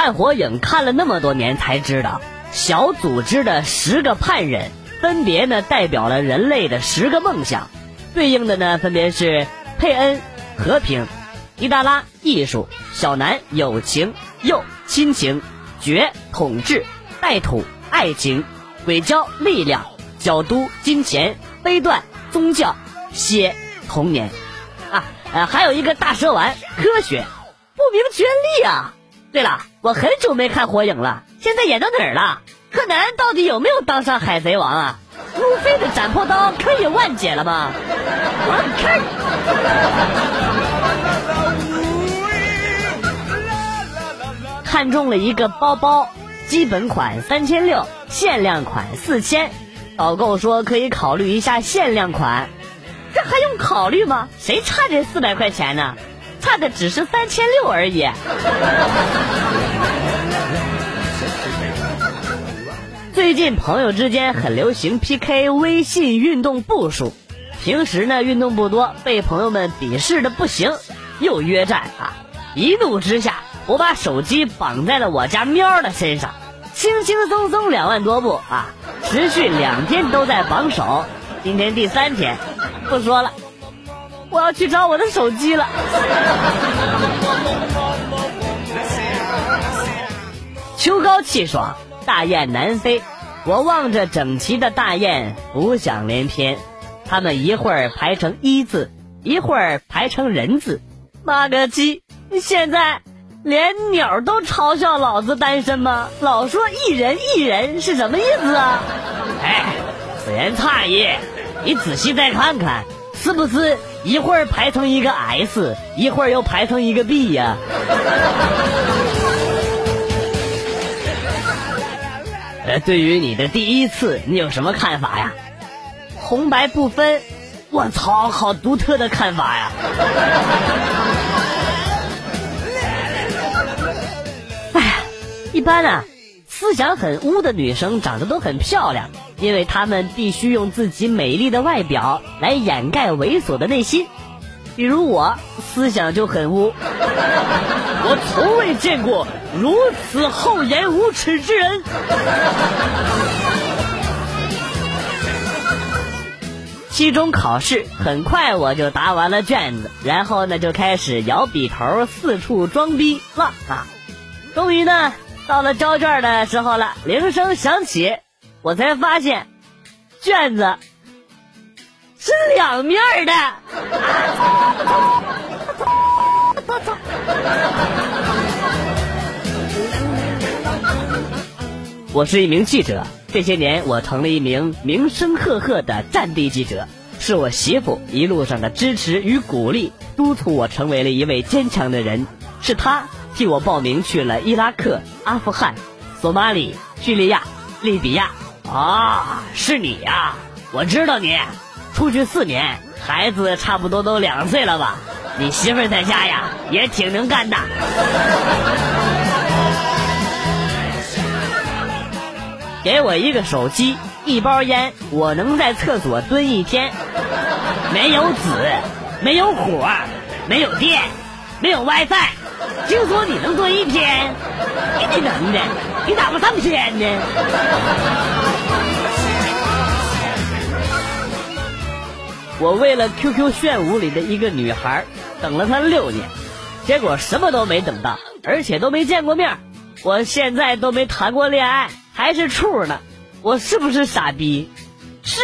看火影看了那么多年才知道，小组织的10个叛忍分别呢代表了人类的10个梦想，对应的呢分别是佩恩和平、伊达拉艺术、小南友情、佑亲情、觉统治、带土爱情、鬼鲛力量、角都金钱、飞段宗教、蝎童年还有一个大蛇丸科学，不明觉厉啊。对了，我很久没看火影了，现在演到哪儿了？柯南到底有没有当上海贼王啊？路飞的斩破刀可以万解了吗？看中了一个包包，基本款3600，限量款4000，导购说可以考虑一下限量款。这还用考虑吗？谁差这400块钱呢？差的只是3600而已。最近朋友之间很流行 PK 微信运动步数，平时呢运动不多，被朋友们鄙视的不行，又约战一怒之下，我把手机绑在了我家喵的身上，轻轻松松2万多步持续2天都在榜首，今天第3天，不说了，我要去找我的手机了。秋高气爽，大雁南飞，我望着整齐的大雁，浮想联翩。它们一会儿排成一字，一会儿排成人字。妈个鸡！现在连鸟都嘲笑老子单身吗？老说一人一人是什么意思啊？此言差矣，你仔细再看看，是不是一会儿排成一个 S， 一会儿又排成一个 B 呀？对于你的第一次，你有什么看法呀？红白不分，我操，好独特的看法呀！一般思想很污的女生长得都很漂亮，因为她们必须用自己美丽的外表来掩盖猥琐的内心。比如我思想就很污，我从未见过如此厚颜无耻之人。期中考试很快我就答完了卷子，然后呢就开始摇笔头四处装逼了终于呢到了交卷的时候了，铃声响起，我才发现卷子是2面的。我是一名记者，这些年我成了一名名声赫赫的战地记者，是我媳妇一路上的支持与鼓励，督促我成为了一位坚强的人，是她替我报名去了伊拉克、阿富汗、索马里、叙利亚、利比亚。是你呀，我知道你出去4年，孩子差不多都2岁了吧？你媳妇在家呀也挺能干的。给我一个手机，1包烟，我能在厕所蹲1天。没有纸，没有火，没有电，没有 WiFi， 听说你能蹲1天？你能的，你咋不上天呢？我为了 QQ 炫舞里的一个女孩等了她6年，结果什么都没等到，而且都没见过面。我现在都没谈过恋爱，还是处呢，我是不是傻逼？是。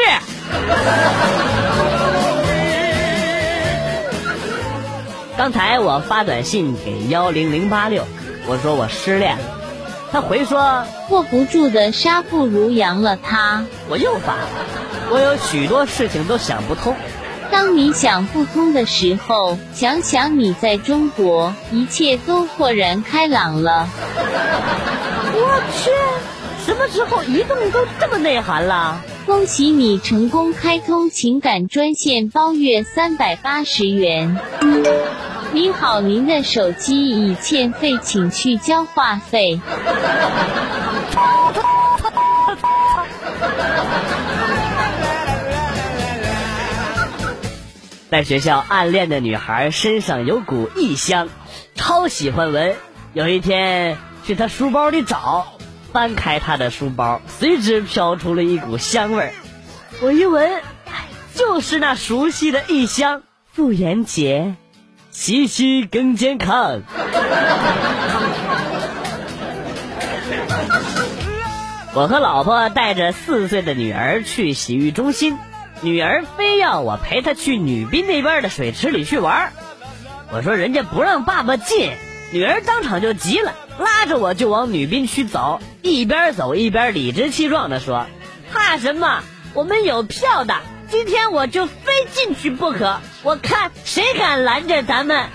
刚才我发短信给10086，我说我失恋了，他回说握不住的沙不如扬了它。 我又发了，我有许多事情都想不通。 当你想不通的时候，想想你在中国，一切都豁然开朗了。 我去，什么时候移动都这么内涵了？ 恭喜你成功开通情感专线，包月380元。您好，您的手机已欠费，请去交话费。在学校暗恋的女孩身上有股异香，超喜欢闻。有一天去他书包里找，翻开他的书包，随之飘出了一股香味儿。我一闻，就是那熟悉的异香，妇炎洁，洗洗更健康。我和老婆带着4岁的女儿去洗浴中心，女儿非要我陪她去女宾那边的水池里去玩。我说人家不让爸爸进，女儿当场就急了，拉着我就往女宾区走，一边走一边理直气壮地说：怕什么，我们有票的，今天我就非进去不可，我看谁敢拦着咱们。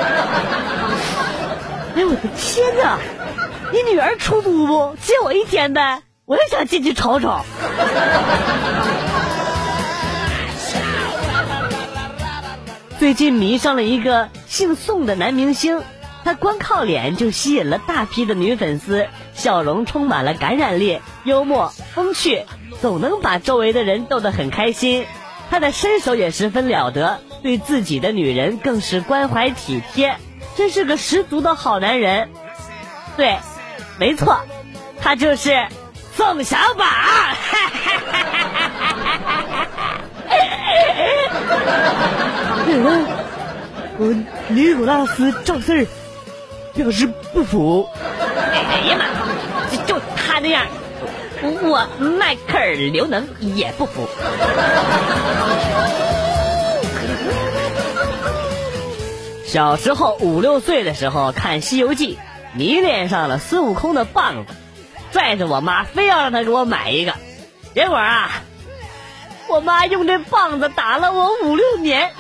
哎我的天哪，你女儿出租不？借我1天呗，我也想进去瞅瞅。最近迷上了一个姓宋的男明星，他光靠脸就吸引了大批的女粉丝，笑容充满了感染力，幽默风趣，总能把周围的人逗得很开心。他的身手也十分了得，对自己的女人更是关怀体贴，真是个十足的好男人。对，没错，他就是宋小宝。我尼古拉斯赵四表示不服。哎呀妈，就他那样，我迈克尔刘能也不服。小时候5、6岁的时候看《西游记》，迷恋上了孙悟空的棒子，拽着我妈非要让她给我买一个，结果啊，我妈用这棒子打了我5、6年。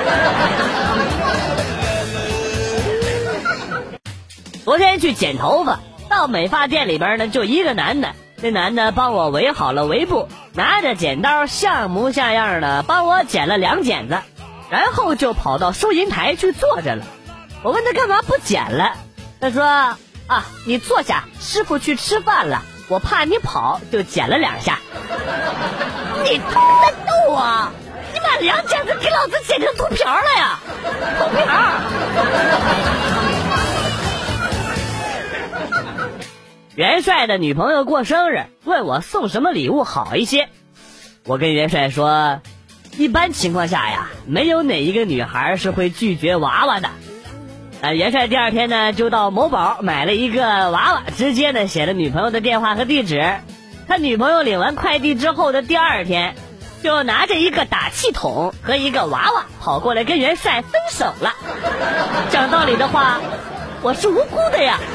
昨天去剪头发，到美发店里边呢，就一个男的，这男的帮我围好了围布，拿着剪刀像模像样的帮我剪了2剪子，然后就跑到收银台去坐着了。我问他干嘛不剪了，他说啊，你坐下，师傅去吃饭了，我怕你跑，就剪了2下。你在逗我？你把2剪子给老子剪成秃瓢了呀！秃瓢！元帅的女朋友过生日，问我送什么礼物好一些。我跟元帅说，一般情况下呀，没有哪一个女孩是会拒绝娃娃的。元帅第2天呢，就到某宝买了一个娃娃，直接呢写了女朋友的电话和地址。他女朋友领完快递之后的第2天，就拿着一个打气筒和一个娃娃跑过来跟元帅分手了。讲道理的话，我是无辜的呀。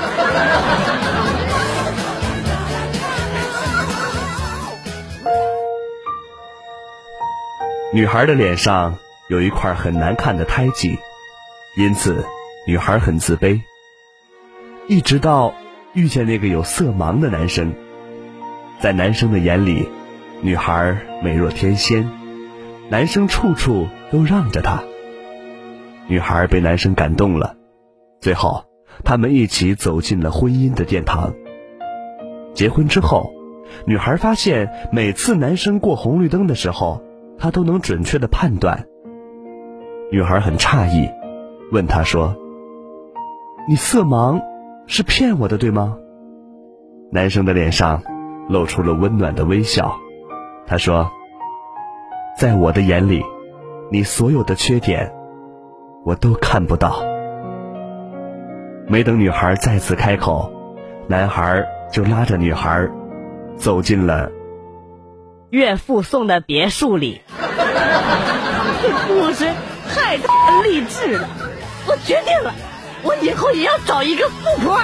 女孩的脸上有一块很难看的胎记，因此女孩很自卑。一直到遇见那个有色盲的男生，在男生的眼里，女孩美若天仙，男生处处都让着她。女孩被男生感动了，最后他们一起走进了婚姻的殿堂。结婚之后，女孩发现每次男生过红绿灯的时候，她都能准确地判断。女孩很诧异，问他说，你色盲是骗我的对吗？男生的脸上露出了温暖的微笑，他说，在我的眼里，你所有的缺点我都看不到。没等女孩再次开口，男孩就拉着女孩走进了岳父送的别墅里。这故事太励志了，我决定了，我以后也要找一个富婆。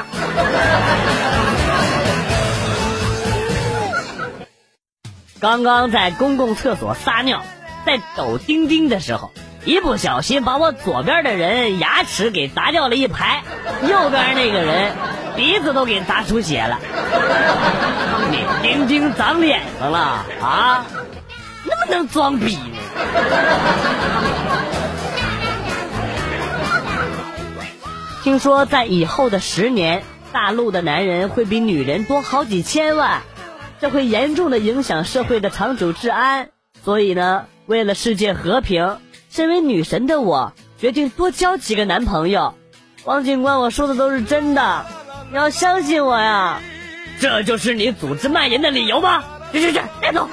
刚刚在公共厕所撒尿，在抖钉钉的时候，一不小心把我左边的人牙齿给砸掉了1排，右边那个人鼻子都给砸出血了。你钉钉长脸上了啊？能不能装逼呢？听说在以后的10年，大陆的男人会比女人多好几千万，这会严重的影响社会的长久治安。所以呢，为了世界和平，身为女神的我决定多交几个男朋友。王警官，我说的都是真的， 你要相信我呀。这就是你组织卖淫的理由吗？去，带走。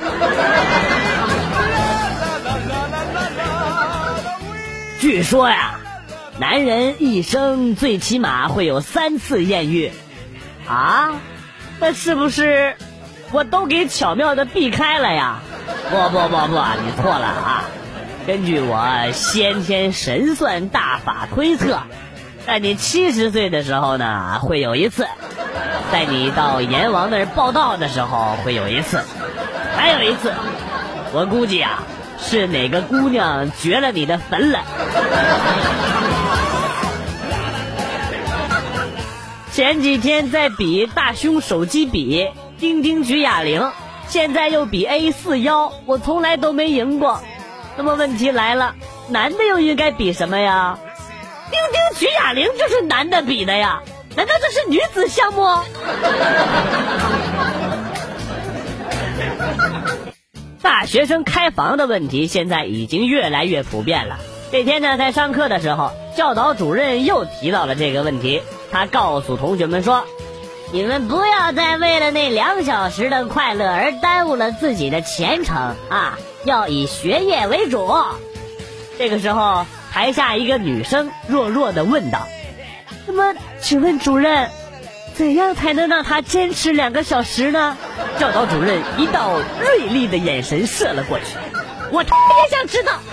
据说呀，男人一生最起码会有3次艳遇。啊？那是不是我都给巧妙的避开了呀？不，你错了啊！根据我先天神算大法推测，在你70岁的时候呢，会有一次；在你到阎王那儿报道的时候，会有一次；还有一次，我估计啊，是哪个姑娘掘了你的坟了。前几天在比大胸手机比钉钉举哑铃，现在又比 A4 腰，我从来都没赢过。那么问题来了，男的又应该比什么呀？钉钉举哑铃就是男的比的呀，难道这是女子项目？大学生开房的问题现在已经越来越普遍了。这天呢，在上课的时候，教导主任又提到了这个问题。他告诉同学们说，你们不要再为了那2小时的快乐而耽误了自己的前程啊，要以学业为主。这个时候，台下一个女生弱弱地问道，那么请问主任，怎样才能让他坚持2个小时呢？教导主任一道锐利的眼神射了过去，我也想知道。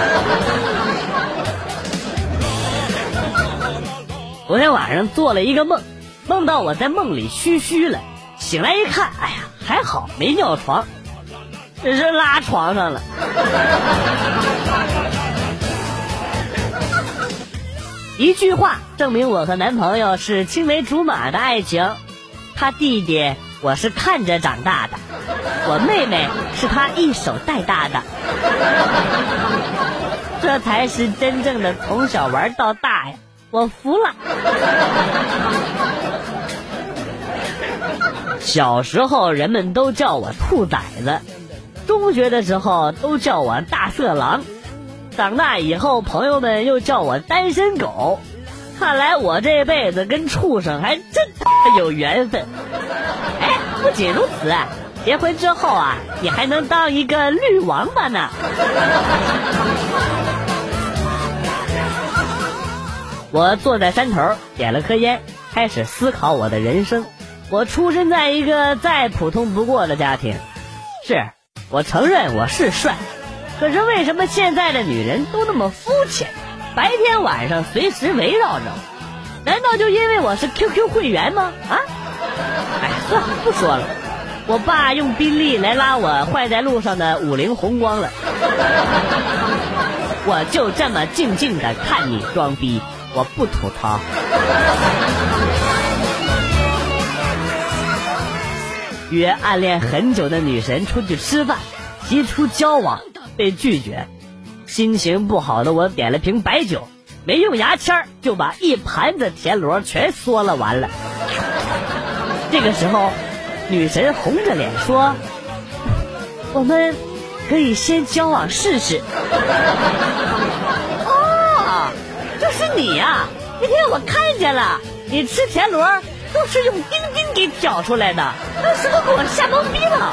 昨天晚上做了一个梦，梦到我在梦里嘘了，醒来一看，哎呀，还好没尿床，只是拉床上了。一句话证明我和男朋友是青梅竹马的爱情。他弟弟我是看着长大的，我妹妹是他一手带大的，这才是真正的从小玩到大呀，我服了。小时候人们都叫我兔崽子，中学的时候都叫我大色狼，长大以后朋友们又叫我单身狗。看来我这辈子跟畜生还真有缘分。哎，不仅如此，结婚之后啊，你还能当一个绿王八呢。我坐在山头，点了颗烟，开始思考我的人生。我出生在一个再普通不过的家庭，是我承认我是帅，可是为什么现在的女人都那么肤浅，白天晚上随时围绕着我？难道就因为我是 QQ 会员吗？啊？哎，算了，不说了。我爸用宾利来拉我坏在路上的50红光了。我就这么静静的看你装逼，我不吐槽。约暗恋很久的女神出去吃饭，提出交往，被拒绝。心情不好的我点了瓶白酒，没用牙签就把一盘子田螺全嗦了完了。这个时候女神红着脸说，我们可以先交往试试。哦，就是你呀！那天我看见了，你吃田螺都是用钉钉给挑出来的，当时都给我吓懵逼了。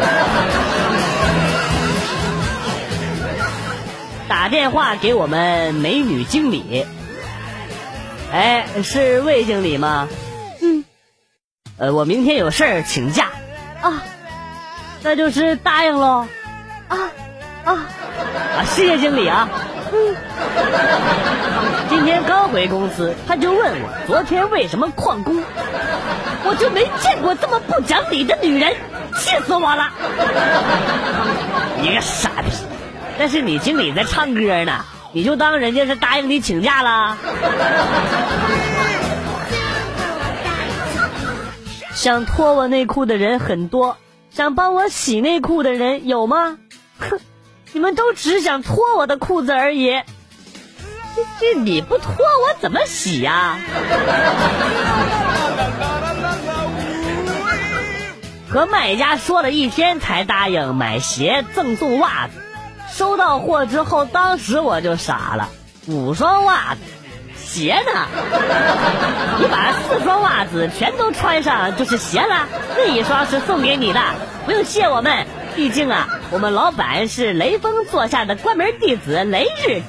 打电话给我们美女经理，哎，是魏经理吗？我明天有事儿请假啊，那就是答应喽。谢谢经理啊。今天刚回公司，他就问我昨天为什么旷工，我就没见过这么不讲理的女人，气死我了。你个傻逼！但是你经理在唱歌呢，你就当人家是答应你请假了。想脱我内裤的人很多，想帮我洗内裤的人有吗？哼，你们都只想脱我的裤子而已。这你不脱我怎么洗呀？和卖家说了一天才答应买鞋赠送袜子，收到货之后当时我就傻了，5双袜子鞋呢？你把4双袜子全都穿上就是鞋了，那1双是送给你的，不用谢我们。毕竟啊，我们老板是雷锋座下的关门弟子雷日天。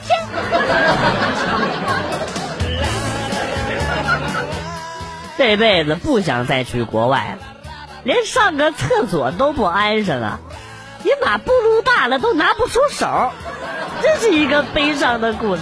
这辈子不想再去国外了，连上个厕所都不安生啊！你妈步路大了都拿不出手，真是一个悲伤的故事。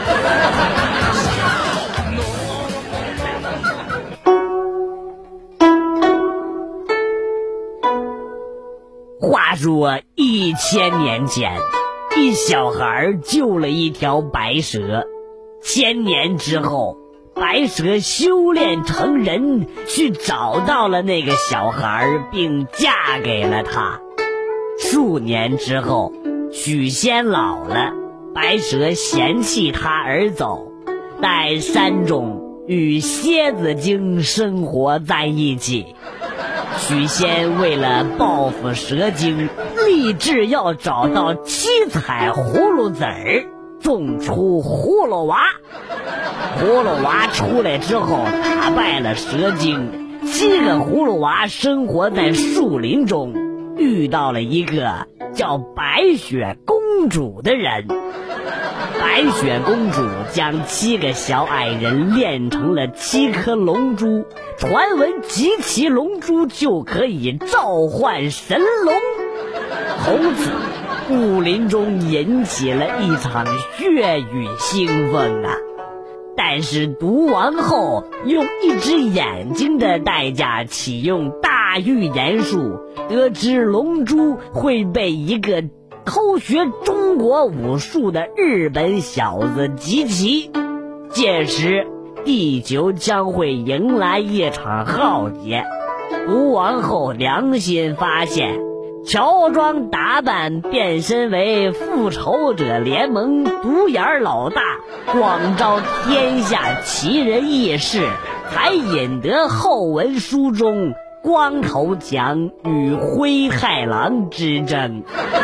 话说1000年前，一小孩救了一条白蛇，1000年之后，白蛇修炼成人，去找到了那个小孩，并嫁给了他。数年之后，许仙老了，白蛇嫌弃他而走，在山中与蝎子精生活在一起。许仙为了报复蛇精，立志要找到7彩葫芦籽儿，种出葫芦娃。葫芦娃出来之后，打败了蛇精，7个葫芦娃生活在树林中，遇到了一个叫白雪公主的人。白雪公主将7个小矮人炼成了7颗龙珠，传闻集齐龙珠就可以召唤神龙。从此武林中引起了一场血雨腥风啊！但是毒王后用1只眼睛的代价启用大预言术，得知龙珠会被一个偷学中国武术的日本小子集齐，届时地球将会迎来一场浩劫。毒王后良心发现，乔装打扮变身为复仇者联盟独眼老大，广招天下奇人异士，才引得后文书中光头强与灰太狼之争。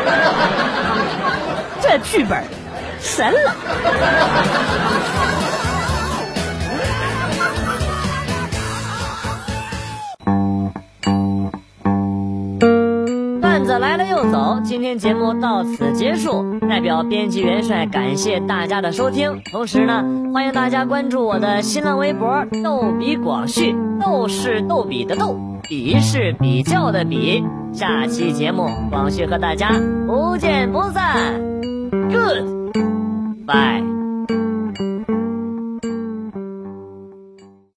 这剧本神了！段子来了又走，今天节目到此结束。代表编辑元帅感谢大家的收听，同时呢，欢迎大家关注我的新浪微博逗比广旭，逗是逗比的逗，比是比较的比。下期节目广旭和大家不见不散。Goodbye。